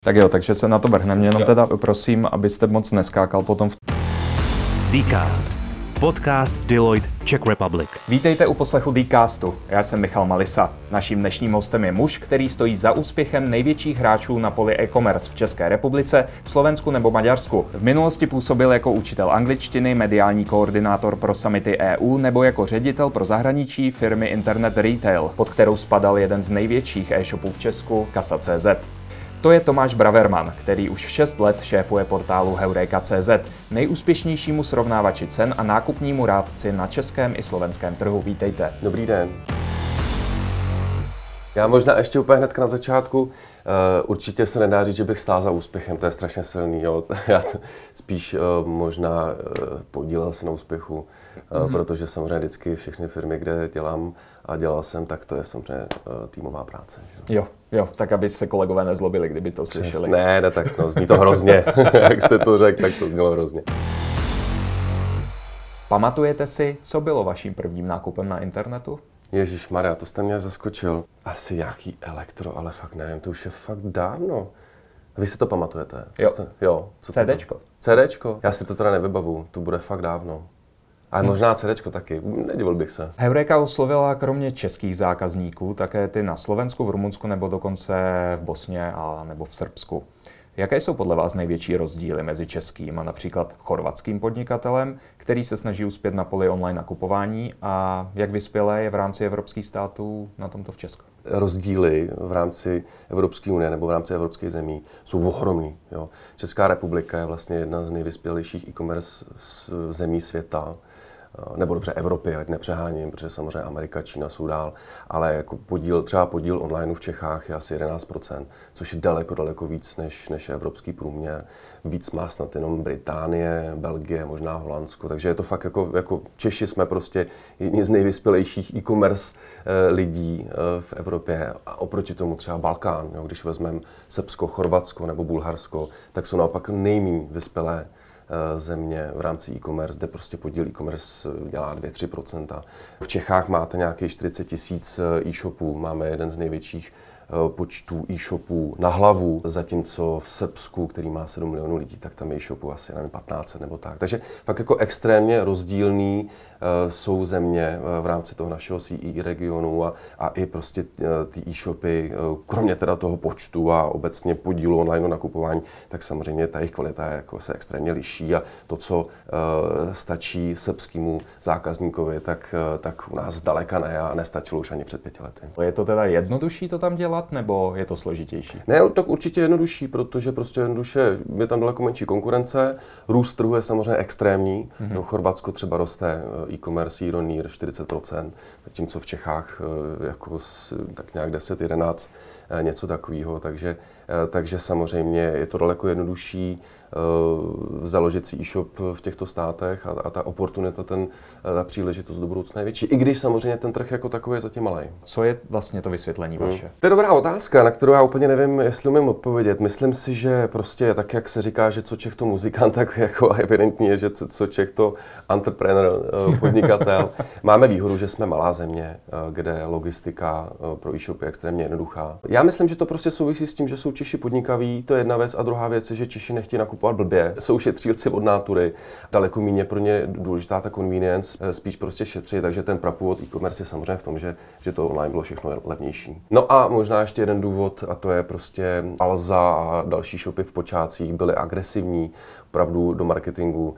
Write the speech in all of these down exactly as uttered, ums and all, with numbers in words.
Tak jo, takže se na to vrhneme, jenom teda prosím, abyste moc neskákal potom v... Dcast. Podcast Deloitte Czech Republic. Vítejte u poslechu Dcastu. Já jsem Michal Malisa. Naším dnešním hostem je muž, který stojí za úspěchem největších hráčů na poli e-commerce v České republice, Slovensku nebo Maďarsku. V minulosti působil jako učitel angličtiny, mediální koordinátor pro summity E U nebo jako ředitel pro zahraničí firmy Internet Retail, pod kterou spadal jeden z největších e-shopů v Česku, Kasa tečka cé zet. To je Tomáš Braverman, který už šest let šéfuje portálu Heureka tečka cé zet, nejúspěšnějšímu srovnávači cen a nákupnímu rádci na českém i slovenském trhu. Vítejte. Dobrý den. Já možná ještě úplně hnedka na začátku, uh, určitě se nedá říct, že bych stál za úspěchem, to je strašně silný, jo. Já spíš uh, možná uh, podílel se na úspěchu, uh, mm-hmm. protože samozřejmě vždycky všechny firmy, kde dělám a dělal jsem, tak to je samozřejmě uh, týmová práce. Že? Jo, jo, tak aby se kolegové nezlobili, kdyby to slyšeli. Ne, ne, tak no, zní to hrozně, jak jste to řekl, tak to znělo hrozně. Pamatujete si, co bylo vaším prvním nákupem na internetu? Ježišmarja, to jste mě zaskočil. Asi nějaký elektro, ale fakt nevím, to už je fakt dávno. Vy si to pamatujete? Co jo. Jste, jo. Co CDčko. CDčko? Já si to teda nevybavu, to bude fakt dávno. A možná CDčko taky, nedivil bych se. Heureka oslovila kromě českých zákazníků také ty na Slovensku, v Rumunsku nebo dokonce v Bosně a nebo v Srbsku. Jaké jsou podle vás největší rozdíly mezi českým a například chorvatským podnikatelem, který se snaží uspět na poli online nakupování, a jak vyspělé je v rámci evropských států na tomto v Česku? Rozdíly v rámci Evropské unie nebo v rámci evropských zemí jsou ohromný. Jo. Česká republika je vlastně jedna z nejvyspělejších e-commerce zemí světa. Nebo dobře Evropy, ať nepřeháním, protože samozřejmě Amerika, Čína jsou dál, ale jako podíl, třeba podíl online v Čechách je asi jedenáct procent, což je daleko, daleko víc než, než je evropský průměr. Víc má snad jenom Británie, Belgie, možná Holandsko, takže je to fakt jako, jako Češi jsme prostě jedni z nejvyspělejších e-commerce lidí v Evropě a oproti tomu třeba Balkán, jo, když vezmeme Srbsko, Chorvatsko nebo Bulharsko, tak jsou naopak nejméně vyspělé země v rámci e-commerce, kde prostě podíl e-commerce dělá dvě až tři procenta. V Čechách máte nějakých čtyřicet tisíc e-shopů, máme jeden z největších počtů e-shopů na hlavu, zatímco v Srbsku, který má sedm milionů lidí, tak tam je e-shopů asi nevím, patnáct set nebo tak. Takže fakt jako extrémně rozdílný uh, jsou země uh, v rámci toho našeho C E regionu a, a i prostě uh, ty e-shopy, uh, kromě teda toho počtu a obecně podílu online nakupování, tak samozřejmě ta jejich kvalita je, jako se extrémně liší a to, co uh, stačí srbskému zákazníkovi, tak, uh, tak u nás zdaleka ne a nestačilo už ani před pěti lety. Je to teda jednodušší to tam dělat, nebo je to složitější? Ne, tak určitě jednodušší, protože prostě jednoduše je tam daleko menší konkurence. Růst trhu je samozřejmě extrémní. Mm-hmm. No, Chorvatsko třeba roste e-commerce year on year čtyřicet procent, zatímco v Čechách jako tak nějak deset jedenáct něco takového, takže, takže samozřejmě je to daleko jednodušší uh, založit si e-shop v těchto státech a, a ta oportunita, ten, ta příležitost do budoucna je větší, i když samozřejmě ten trh jako takový je zatím malý. Co je vlastně to vysvětlení hmm. vaše? To je dobrá otázka, na kterou já úplně nevím, jestli umím odpovědět. Myslím si, že prostě tak, jak se říká, že co Čech to muzikant, tak jako evidentní je, že co, co Čech to entrepreneur, podnikatel. Máme výhodu, že jsme malá země, kde logistika pro e-shop je extrémně jednoduchá. Já myslím, že to prostě souvisí s tím, že jsou Češi podnikaví, to je jedna věc, a druhá věc je, že Češi nechtějí nakupovat blbě. Jsou šetřílci od nátury, daleko méně pro ně důležitá ta convenience, spíš prostě šetří, takže ten prapůvod e-commerce je samozřejmě v tom, že, že to online bylo všechno levnější. No a možná ještě jeden důvod, a to je prostě Alza a další shopy v počátcích byly agresivní, opravdu do marketingu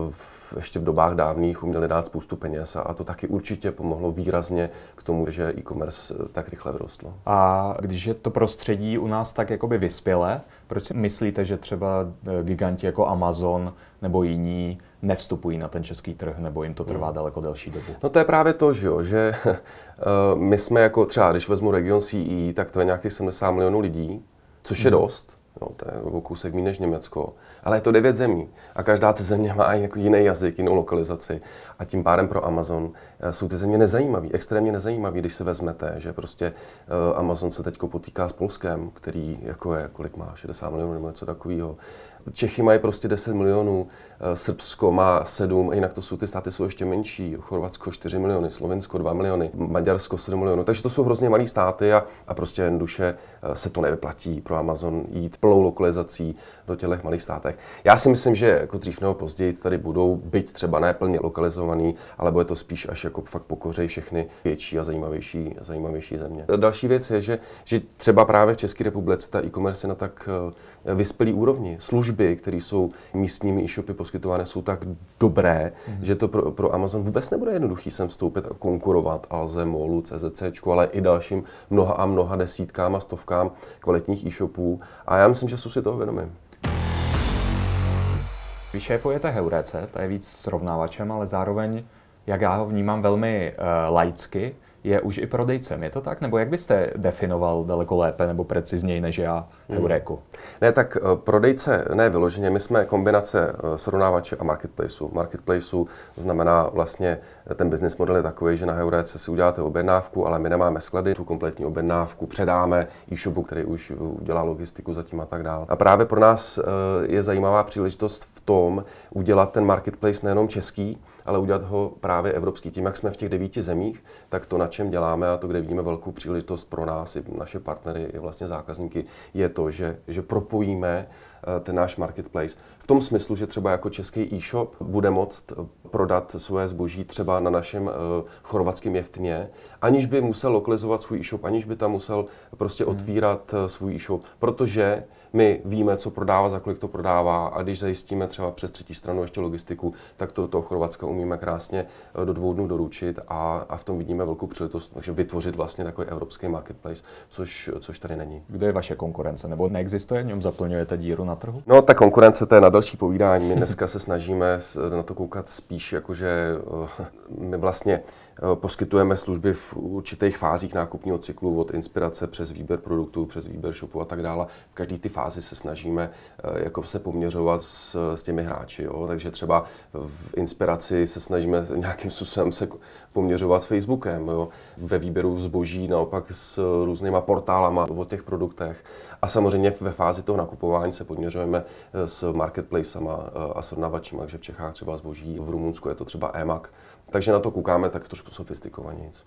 v, ještě v dobách dávných uměli dát spoustu peněz a, a to taky určitě pomohlo výrazně k tomu, že e-commerce tak rychle vyrostlo. A když je to prostředí u nás tak jakoby vyspělé, proč si myslíte, že třeba giganti jako Amazon nebo jiní nevstupují na ten český trh, nebo jim to trvá hmm. daleko delší dobu? No to je právě to, že, jo, že uh, my jsme jako třeba, když vezmu region C E, tak to je nějakých sedmdesát milionů lidí, což je hmm. dost. No, to je o kousek méně než Německo, ale je to devět zemí a každá ta země má jako jiný jazyk, jinou lokalizaci a tím pádem pro Amazon jsou ty země nezajímavý, extrémně nezajímavý, když si vezmete, že prostě uh, Amazon se teďko potýká s Polskem, který jako je, kolik má, šedesát milionů nebo něco takového. Čechy mají prostě deset milionů, Srbsko má sedm, jinak to jsou, ty státy jsou ještě menší, Chorvatsko čtyři miliony, Slovensko dva miliony, Maďarsko sedm milionů, takže to jsou hrozně malý státy a, a prostě jednoduše se to nevyplatí pro Amazon jít plnou lokalizací do těch malých státech. Já si myslím, že jako dřív nebo později tady budou být třeba ne plně lokalizovaný, ale bude to spíš až jako fakt pokořejí všechny větší a zajímavější, zajímavější země. Další věc je, že, že třeba právě v České republice ta e-commerce je na tak vyspělý úrovni. Služby, které jsou místními e-shopy poskytované, jsou tak dobré, mm-hmm. že to pro, pro Amazon vůbec nebude jednoduchý sem vstoupit a konkurovat Alze, Molu, C Z C, ale i dalším mnoha a mnoha desítkám a stovkám kvalitních e-shopů. A já myslím, že jsou si toho vědomi. Vy šéfujete Heurece, to je víc srovnávačem, ale zároveň, jak já ho vnímám velmi uh, laicky, je už i prodejcem. Je to tak? Nebo jak byste definoval daleko lépe nebo precizněji než já Heuréku? Hmm. Ne, tak uh, prodejce, ne vyloženě. My jsme kombinace uh, srovnávače a marketplaceu. Marketplaceu znamená vlastně, ten business model je takový, že na Heuréce si uděláte objednávku, ale my nemáme sklady, tu kompletní objednávku předáme e-shopu, který už udělá logistiku zatím a tak dále. A právě pro nás uh, je zajímavá příležitost v tom udělat ten marketplace nejenom český, ale udělat ho právě evropský. Tím, jak jsme v těch devíti zemích, tak to, na čem děláme a to, kde vidíme velkou příležitost pro nás i naše partnery, i vlastně zákazníky, je to, že, že propojíme ten náš marketplace v tom smyslu, že třeba jako český e-shop bude moct prodat svoje zboží třeba na našem uh, chorvatském Jeftně, aniž by musel lokalizovat svůj e-shop, aniž by tam musel prostě hmm. otvírat uh, svůj e-shop, protože my víme, co prodává, za kolik to prodává a když zajistíme třeba přes třetí stranu ještě logistiku, tak to do toho Chorvatska umíme krásně do dvou dnů doručit a, a v tom vidíme velkou příležitost, takže vytvořit vlastně takový evropský marketplace, což, což tady není. Kdo je vaše konkurence? Nebo neexistuje? Něm zaplňujete díru na trhu? No, ta konkurence, to je na další povídání. My dneska se snažíme na to koukat spíš jakože my vlastně poskytujeme služby v určitých fázích nákupního cyklu, od inspirace přes výběr produktů, přes výběr shopu a tak dále. V každé ty fázi se snažíme jako se poměřovat s, s těmi hráči. Jo? Takže třeba v inspiraci se snažíme nějakým způsobem se poměřovat s Facebookem. Jo? Ve výběru zboží naopak s různýma portálama o těch produktech. A samozřejmě ve fázi toho nakupování se poměřujeme s marketplacema a srovnávačima, takže v Čechách třeba zboží, v Rumunsku je to třeba e-mac. Takže na to koukáme tak trošku sofistikovanějc.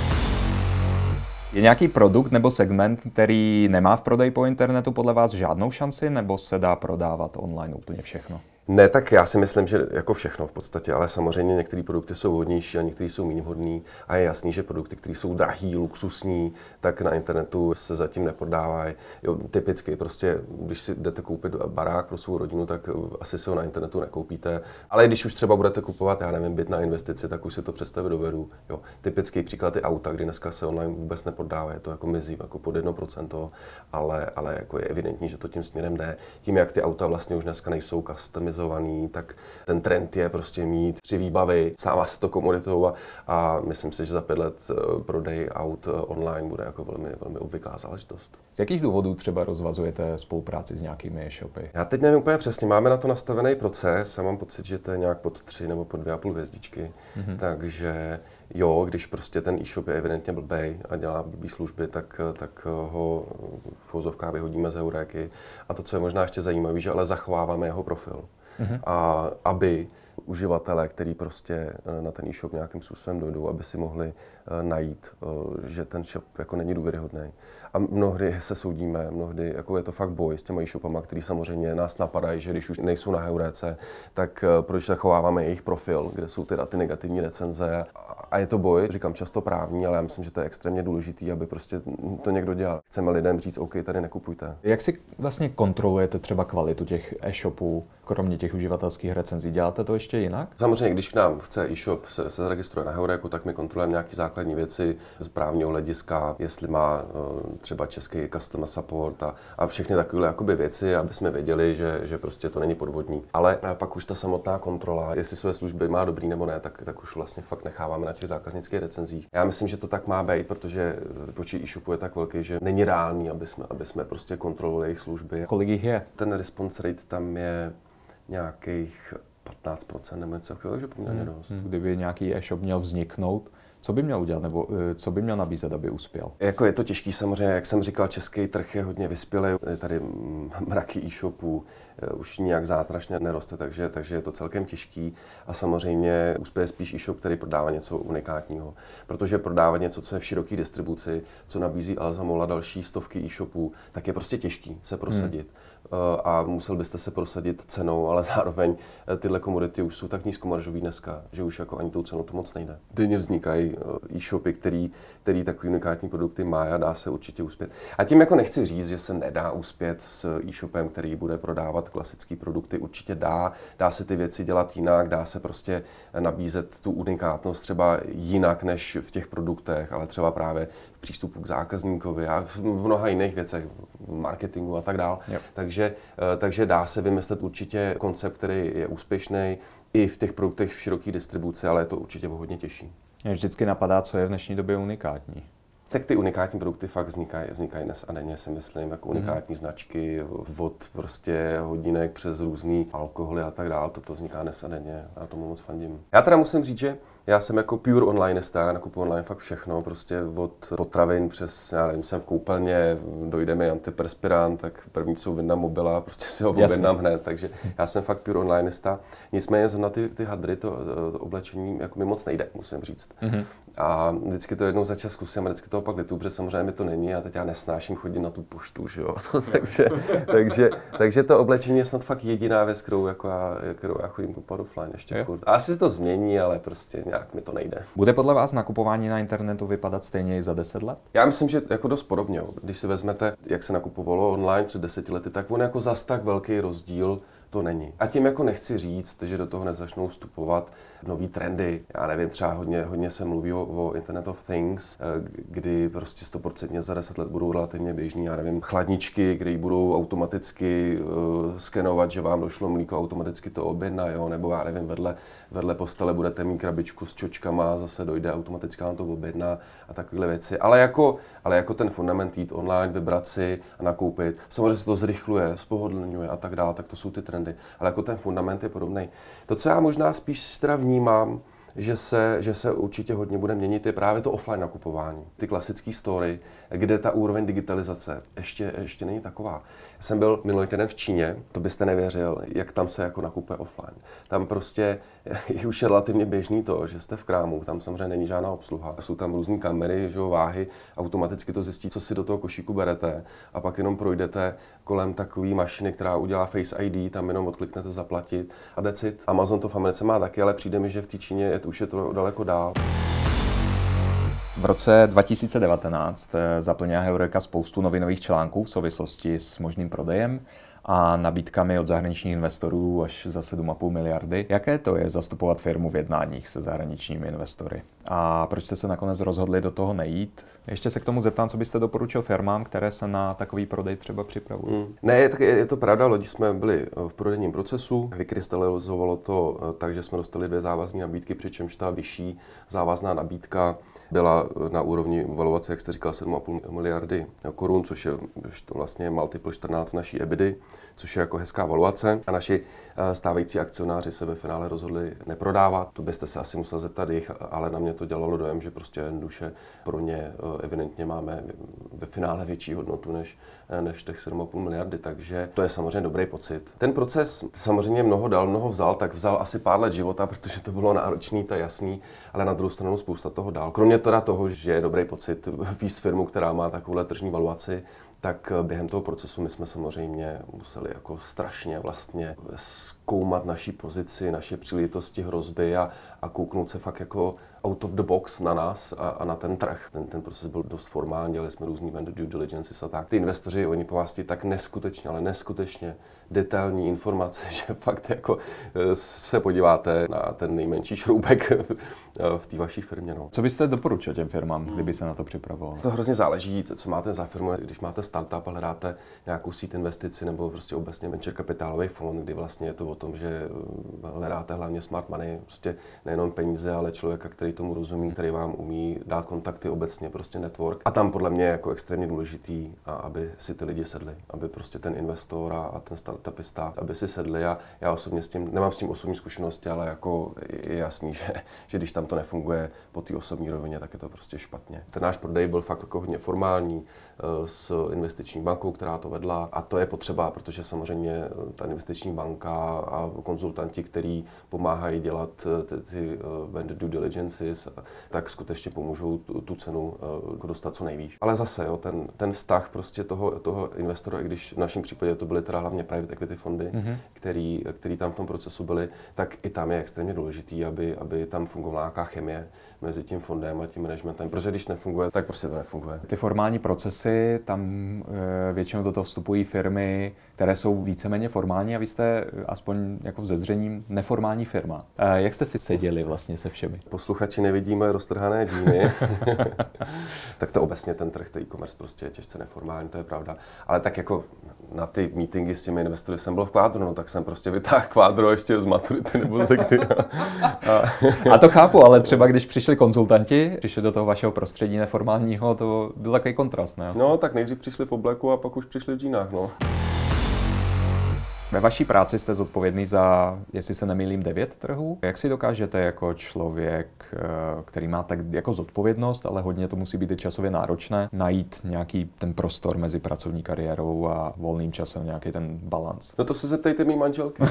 Je nějaký produkt nebo segment, který nemá v prodeji po internetu podle vás žádnou šanci, nebo se dá prodávat online úplně všechno? Ne, tak já si myslím, že jako všechno v podstatě, ale samozřejmě některé produkty jsou hodnější a některé jsou méně hodný a je jasný, že produkty, které jsou drahý, luxusní, tak na internetu se zatím neprodávají. Jo, typicky prostě, když si jdete koupit barák pro svou rodinu, tak asi si ho na internetu nekoupíte, ale když už třeba budete kupovat, já nevím, byt na investici, tak už si to představit dovedu. Jo, typický příklad je auta, kdy dneska se online vůbec neprodávají, to jako mizí jako pod jedno procento, ale, ale jako je evidentní, že to tím směrem jde. Tím, jak ty auta vlastně už dneska nejsou customizované, tak ten trend je prostě mít tři výbavy, stává se to komoditou a, a myslím si, že za pět let prodej aut online bude jako velmi, velmi obvyklá záležitost. Z jakých důvodů třeba rozvazujete spolupráci s nějakými e-shopy? Já teď nevím úplně přesně, máme na to nastavený proces a mám pocit, že to je nějak pod tři nebo pod dvě a půl hvězdičky, mm-hmm. takže jo, když prostě ten e-shop je evidentně blbej a dělá blbý služby, tak, tak ho v uvozovkách vyhodíme z Heuréky. A to, co je možná ještě zajímavé, že ale zachováváme jeho profil. Mm-hmm. A aby uživatelé, kteří prostě na ten e-shop nějakým způsobem dojdou, aby si mohli najít, že ten shop jako není důvěryhodný. A mnohdy se soudíme, mnohdy jako je to fakt boj s těma e-shopama, který samozřejmě nás napadají, že když už nejsou na Heuréce, tak proč zachováváme jejich profil, kde jsou teda ty negativní recenze. A je to boj, říkám často právní, ale já myslím, že to je extrémně důležitý, aby prostě to někdo dělal. Chceme lidem říct, OK, tady nekupujte. Jak si vlastně kontrolujete třeba kvalitu těch e-shopů, kromě těch uživatelských recenzí? Děláte to ještě jinak? Samozřejmě, když k nám chce e-shop se, se zaregistruje na Heuréku, tak my kontrolujeme nějaké základní věci z právního hlediska, jestli má třeba český customer support a, a všechny takové jakoby věci, aby jsme věděli, že, že prostě to není podvodní. Ale pak už ta samotná kontrola, jestli své služby má dobrý nebo ne, tak, tak už vlastně fakt necháváme na těch zákaznických recenzích. Já myslím, že to tak má být, protože počet e-shopu je tak velký, že není reálný, aby jsme, aby jsme prostě kontrolovali jejich služby. Kolik jich je? Ten response rate tam je nějakých patnáct procent nebo něco takového, takže poměrně dost. Hmm. Kdyby nějaký e-shop měl vzniknout, co by měl udělat, nebo co by měl nabízet, aby uspěl? Jako je to těžký samozřejmě, jak jsem říkal, český trh je hodně vyspělý, je tady mraky e-shopů, už nijak zázračně neroste, takže, takže je to celkem těžký a samozřejmě uspěje spíš e-shop, který prodává něco unikátního, protože prodávat něco, co je v široké distribuci, co nabízí Alza, Mol a další stovky e-shopů, tak je prostě těžký se prosadit. Hmm. a musel byste se prosadit cenou, ale zároveň tyhle komodity už jsou tak nízkomaržový dneska, že už jako ani tou cenou to moc nejde. Denně vznikají e-shopy, který, který takový unikátní produkty má a dá se určitě uspět. A tím jako nechci říct, že se nedá uspět s e-shopem, který bude prodávat klasické produkty. Určitě dá, dá se ty věci dělat jinak, dá se prostě nabízet tu unikátnost třeba jinak než v těch produktech, ale třeba právě v přístupu k zákazníkovi a v mnoha jiných věcech, marketingu a tak dále. Takže, takže dá se vymyslet určitě koncept, který je úspěšný i v těch produktech v široké distribuci, ale je to určitě hodně těžší. Mě vždycky napadá, co je v dnešní době unikátní. Tak ty unikátní produkty fakt vznikají, vznikají dnes a denně, si myslím, jako unikátní mm. značky, od prostě hodinek přes různý alkoholy a tak dále, to vzniká dnes a denně a tomu moc fandím. Já teda musím říct, že já jsem jako pure onlinista, já nakupuji online fakt všechno, prostě od potravin přes, já nevím, jsem v koupelně, dojde mi antiperspirant, tak první co vyndám mobila, prostě si ho objednám hned, takže já jsem fakt pure onlinista. Nicméně na ty, ty hadry, to, to oblečení jako mi moc nejde, musím říct. Mm-hmm. A vždycky to jednou za čas zkusím a vždycky toho pak lituju, protože samozřejmě mi to není a teď já nesnáším chodit na tu poštu, že jo. takže, takže, takže to oblečení je snad fakt jediná věc, kterou, jako já, kterou já chodím kupovat offline ještě jo. furt. A asi se to změní, ale prostě nějak mi to nejde. Bude podle vás nakupování na internetu vypadat stejně i za deset let? Já myslím, že jako dost podobně. Když si vezmete, jak se nakupovalo online před deseti lety, tak on jako zas tak velký rozdíl to není. A tím jako nechci říct, že do toho nezačnou vstupovat nový trendy. Já nevím, třeba hodně, hodně se mluví o, o Internet of Things, kdy prostě sto procent za deset let budou relativně běžný, já nevím, chladničky, kde budou automaticky uh, skenovat, že vám došlo mlíko, automaticky to objedná, jo, nebo já nevím, vedle, vedle postele budete mít krabičku s čočkama, zase dojde automaticky vám to objedná a takovéhle věci. Ale jako, ale jako ten fundament jít online, vybrat si a nakoupit, samozřejmě se to zrychluje, spohodlňuje a tak dále, tak to jsou ty trendy. Ale jako ten fundament je podobný. To, co já možná spíš teda vnímám, že se, že se určitě hodně bude měnit, je právě to offline nakupování. Ty klasické story, kde ta úroveň digitalizace ještě, ještě není taková. Já jsem byl minulý týden v Číně, to byste nevěřil, jak tam se jako nakupuje offline. Tam prostě je už relativně běžný to, že jste v krámu, tam samozřejmě není žádná obsluha. Jsou tam různé kamery, že jo, váhy, automaticky to zjistí, co si do toho košíku berete a pak jenom projdete kolem takové mašiny, která udělá Face I D, tam jenom odkliknete zaplatit a that's it. Amazon to v Americe má taky, ale přijde mi, že v té Číně je, už je to daleko dál. V roce dva tisíce devatenáct zaplnila Heureka spoustu novinových článků v souvislosti s možným prodejem a nabídkami od zahraničních investorů až za sedm a půl miliardy. Jaké to je zastupovat firmu v jednáních se zahraničními investory? A proč jste se nakonec rozhodli do toho nejít? Ještě se k tomu zeptám, co byste doporučil firmám, které se na takový prodej třeba připravují. Hmm. Ne, je, je to pravda, lodi jsme byli v prodejním procesu, vykrystalizovalo to tak, že jsme dostali dvě závazné nabídky, přičemž ta vyšší závazná nabídka byla na úrovni valuace, jak jste říkal, sedm a půl miliardy korun, což je to vlastně multiple čtrnáct naší EBITDA, což je jako hezká valuace. A naši stávající akcionáři se ve finále rozhodli neprodávat. To byste se asi musel zeptat jich, ale na mě to dělalo dojem, že prostě jednoduše pro ně evidentně máme ve finále větší hodnotu než, než těch sedm a půl miliardy, takže to je samozřejmě dobrý pocit. Ten proces samozřejmě mnoho dal, mnoho vzal, tak vzal asi pár let života, protože to bylo náročný, to je jasný, ale na druhou stranu spousta toho dál. Kromě teda toho, že je dobrý pocit víc firmu, která má takovouhle tržní valuaci, tak během toho procesu my jsme samozřejmě museli jako strašně vlastně zkoumat naší pozici, naše příležitosti, hrozby a, a kouknout se fakt jako out of the box na nás a, a na ten trh. Ten, ten proces byl dost formální, dělali jsme různý vendor due diligences a tak. Ty investoři, oni po vás tak neskutečně, ale neskutečně detailní informace, že fakt jako se podíváte na ten nejmenší šroubek v té vaší firmě. No. Co byste doporučil těm firmám, kdyby se na to připravovalo? To hrozně záleží, co máte za firmu, když máte startup a hledáte nějakou síť investici nebo prostě obecně venture kapitálový fond, kdy vlastně je to o tom, že hledáte hlavně smart money, prostě nejenom peníze, ale člověka, který tomu rozumí, který vám umí dát kontakty obecně, prostě network. A tam podle mě je jako extrémně důležitý, aby si ty lidi sedli, aby prostě ten investor a ten startupista, aby si sedli a já osobně s tím, nemám s tím osobní zkušenosti, ale jako je jasný, že, že když tam to nefunguje po té osobní rovině, tak je to prostě špatně. Ten náš prodej byl fakt jako hodně formální s investiční bankou, která to vedla a to je potřeba, protože samozřejmě ta investiční banka a konzultanti, kteří pomáhají dělat ty, ty vendor due diligence, services, tak skutečně pomůžou tu, tu cenu uh, dostat co nejvíc. Ale zase, jo, ten, ten vztah prostě toho, toho investora, i když v našem případě to byly teda hlavně private equity fondy, mm-hmm. který, který tam v tom procesu byly, tak i tam je extrémně důležitý, aby, aby tam fungovala nějaká chemie mezi tím fondem a tím managementem, protože když nefunguje, tak prostě to nefunguje. Ty formální procesy, tam e, většinou do toho vstupují firmy, které jsou víceméně formální a vy jste aspoň jako vzezřením neformální firma. E, jak jste si seděli vlastně se všemi? Posluchači nevidí moje roztrhané džíny. Tak to obecně ten trh, ten e-commerce prostě je těžce neformální, to je pravda. Ale tak jako na ty meetingy s těmi investory jsem byl v Kvádru, no tak jsem prostě vytáhl Kvádro ještě z maturity nebo ze kdy. A, a to chápu, ale třeba když přišli konzultanti, přišli do toho vašeho prostředí neformálního, to byl takový kontrast, ne? No tak nejdřív přišli v obleku a pak už přišli v džínách, no. Ve vaší práci jste zodpovědný za, jestli se nemýlím, devět trhů. Jak si dokážete jako člověk, který má tak jako zodpovědnost, ale hodně to musí být i časově náročné, najít nějaký ten prostor mezi pracovní kariérou a volným časem, nějaký ten balans? No to se zeptejte mý manželky.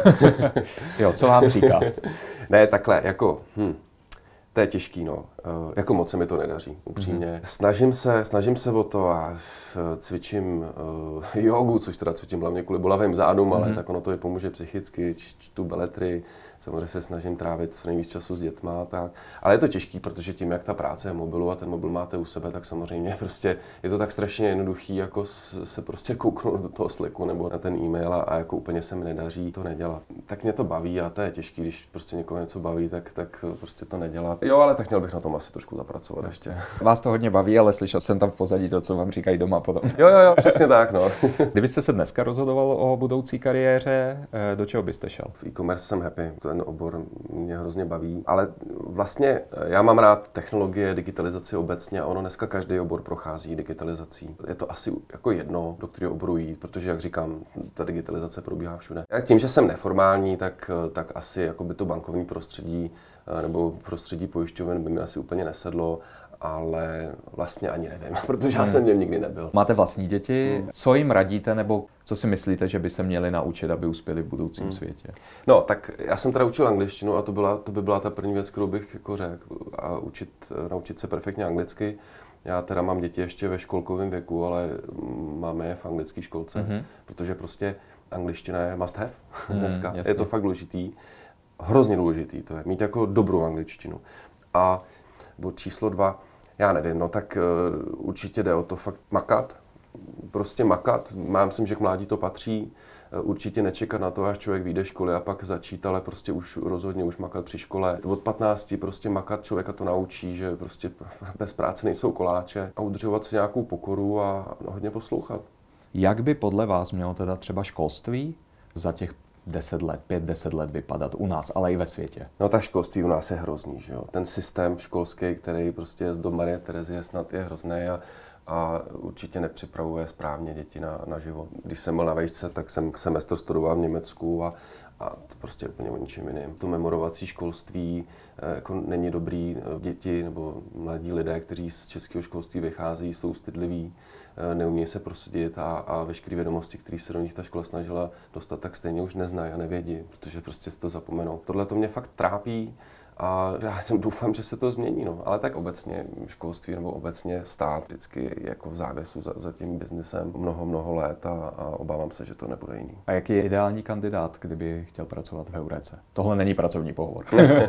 Jo, co vám říká? Ne, takhle, jako... Hm. To je těžký, no. E, jako moc se mi to nedaří, upřímně. Mm-hmm. Snažím se, snažím se o to a cvičím uh, jogu, což teda cvičím hlavně kvůli bolavým zádům, mm-hmm. ale tak ono to i pomůže psychicky, č, čtu beletry, samozřejmě se snažím trávit co nejvíc času s dětma, tak. Ale je to těžký, protože tím, jak ta práce je mobilu a ten mobil máte u sebe, tak samozřejmě prostě je to tak strašně jednoduchý, jako se prostě kouknout do toho Slacku nebo na ten e-mail a, a jako úplně se mi nedaří to nedělat. Tak mě to baví a to je těžký, když prostě někoho něco baví, tak, tak prostě to nedělat. Jo, ale tak měl bych na tom asi trošku zapracovat ještě. Vás to hodně baví, ale slyšel jsem tam v pozadí to, co vám říkají doma potom. Jo, jo, jo, přesně tak, no. Kdybyste se dneska rozhodoval o budoucí kariéře, do čeho byste šel? V e-commerce jsem happy, ten obor mě hrozně baví, ale vlastně já mám rád technologie, digitalizaci obecně a ono dneska každý obor prochází digitalizací. Je to asi jako jedno, do kterého oboru jít, protože, jak říkám, ta digitalizace probíhá všude. Já tím, že jsem neformální, tak, tak asi jakoby to bankovní prostředí nebo prostředí pojišťoven by mi asi úplně nesedlo, ale vlastně ani nevím, protože já jsem v něm nikdy nebyl. Máte vlastní děti, hmm. co jim radíte, nebo co si myslíte, že by se měli naučit, aby uspěli v budoucím hmm. světě? No, tak já jsem teda učil angličtinu a to, byla, to by byla ta první věc, kterou bych jako řekl, a učit, naučit se perfektně anglicky. Já teda mám děti ještě ve školkovém věku, ale máme je v anglické školce, mm-hmm. protože prostě angličtina je must have dneska. Mm, je to fakt důležitý. Hrozně důležitý to je, mít jako dobrou angličtinu. A bod číslo dva, já nevím, no tak uh, určitě jde o to fakt makat, prostě makat. Já myslím, že k mládí to patří. Uh, určitě nečekat na to, až člověk vyjde školy a pak začít, ale prostě už rozhodně už makat při škole. Od patnácti prostě makat, člověka to naučí, že prostě bez práce nejsou koláče a udržovat si nějakou pokoru a hodně poslouchat. Jak by podle vás mělo teda třeba školství za těch deset let, pět, deset let vypadat u nás, ale i ve světě? No tak školství u nás je hrozný, že jo. Ten systém školský, který prostě je z do Marie Terezie snad je hrozný a, a určitě nepřipravuje správně děti na, na život. Když jsem byl na vejšce, tak jsem semestr studoval v Německu a, a to prostě úplně o ničem jiným. To memorovací školství jako není dobrý. Děti nebo mladí lidé, kteří z českého školství vychází, jsou stydliví, neumějí se prosadit a, a veškeré vědomosti, které se do nich ta škola snažila dostat, tak stejně už neznají a nevědí, protože prostě to zapomenou. Tohle to mě fakt trápí a já doufám, že se to změní, no. Ale tak obecně školství nebo obecně stát vždycky jako v závěsu za, za tím biznesem mnoho, mnoho let a, a obávám se, že to nebude jiný. A jaký je ideální kandidát, kdyby chtěl pracovat v Heuréce? Tohle není pracovní pohovor.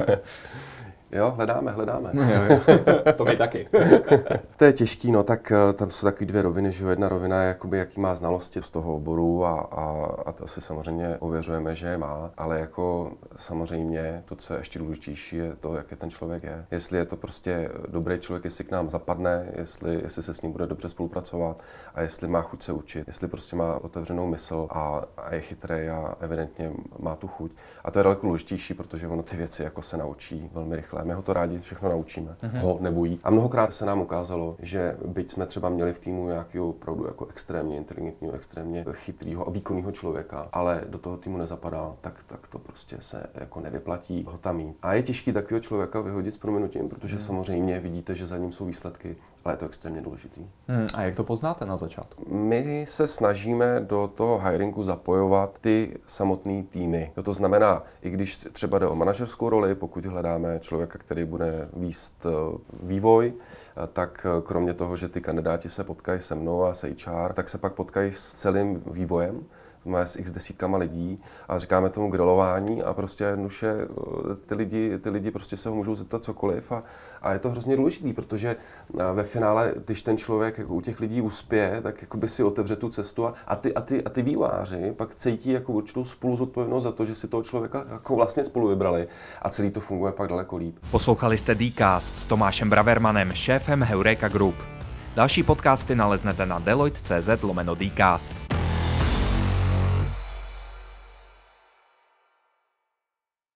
Jo, hledáme, hledáme. To my taky. To je těžký, no, tak tam jsou takové dvě roviny, že jedna rovina je, jakoby, jaký má znalosti z toho oboru a, a, a to si samozřejmě ověřujeme, že je má, ale jako samozřejmě to, co je ještě důležitější, je to, jak je ten člověk je. Jestli je to prostě dobrý člověk, jestli k nám zapadne, jestli, jestli se s ním bude dobře spolupracovat a jestli má chuť se učit, jestli prostě má otevřenou mysl a, a je chytrý a evidentně má tu chuť. A to je daleko důležitější, protože ono ty věci jako se naučí velmi rychle. My ho to rádi všechno naučíme, mm-hmm. ho nebojí. A mnohokrát se nám ukázalo, že byť jsme třeba měli v týmu nějakého opravdu jako extrémně inteligentního, extrémně chytrého a výkonného člověka, ale do toho týmu nezapadá, tak, tak to prostě se jako nevyplatí ho tam mít. A je těžký takového člověka vyhodit s prominutím, protože mm. samozřejmě vidíte, že za ním jsou výsledky, ale je to extrémně důležitý. Mm. A jak to poznáte na začátku? My se snažíme do toho hiringu zapojovat ty samotné týmy. To znamená, i když třeba jde o manažerskou roli, pokud hledáme člověka člověka, který bude vést vývoj, tak kromě toho, že ty kandidáti se potkají se mnou a s H R, tak se pak potkají s celým vývojem, má s x desítkama lidí a říkáme tomu grilování a prostě jednoduše ty lidi, ty lidi prostě se ho můžou zeptat cokoliv a, a je to hrozně důležitý, protože ve finále, když ten člověk jako u těch lidí uspěje, tak jakoby si otevře tu cestu a, a, ty, a, ty, a ty vývojáři pak cítí jako určitou spoluzodpovědnost za to, že si toho člověka jako vlastně spolu vybrali a celý to funguje pak daleko líp. Poslouchali jste Dcast s Tomášem Bravermanem, šéfem Heureka Group. Další podcasty naleznete na deloitte tečka cz lomeno Dcast.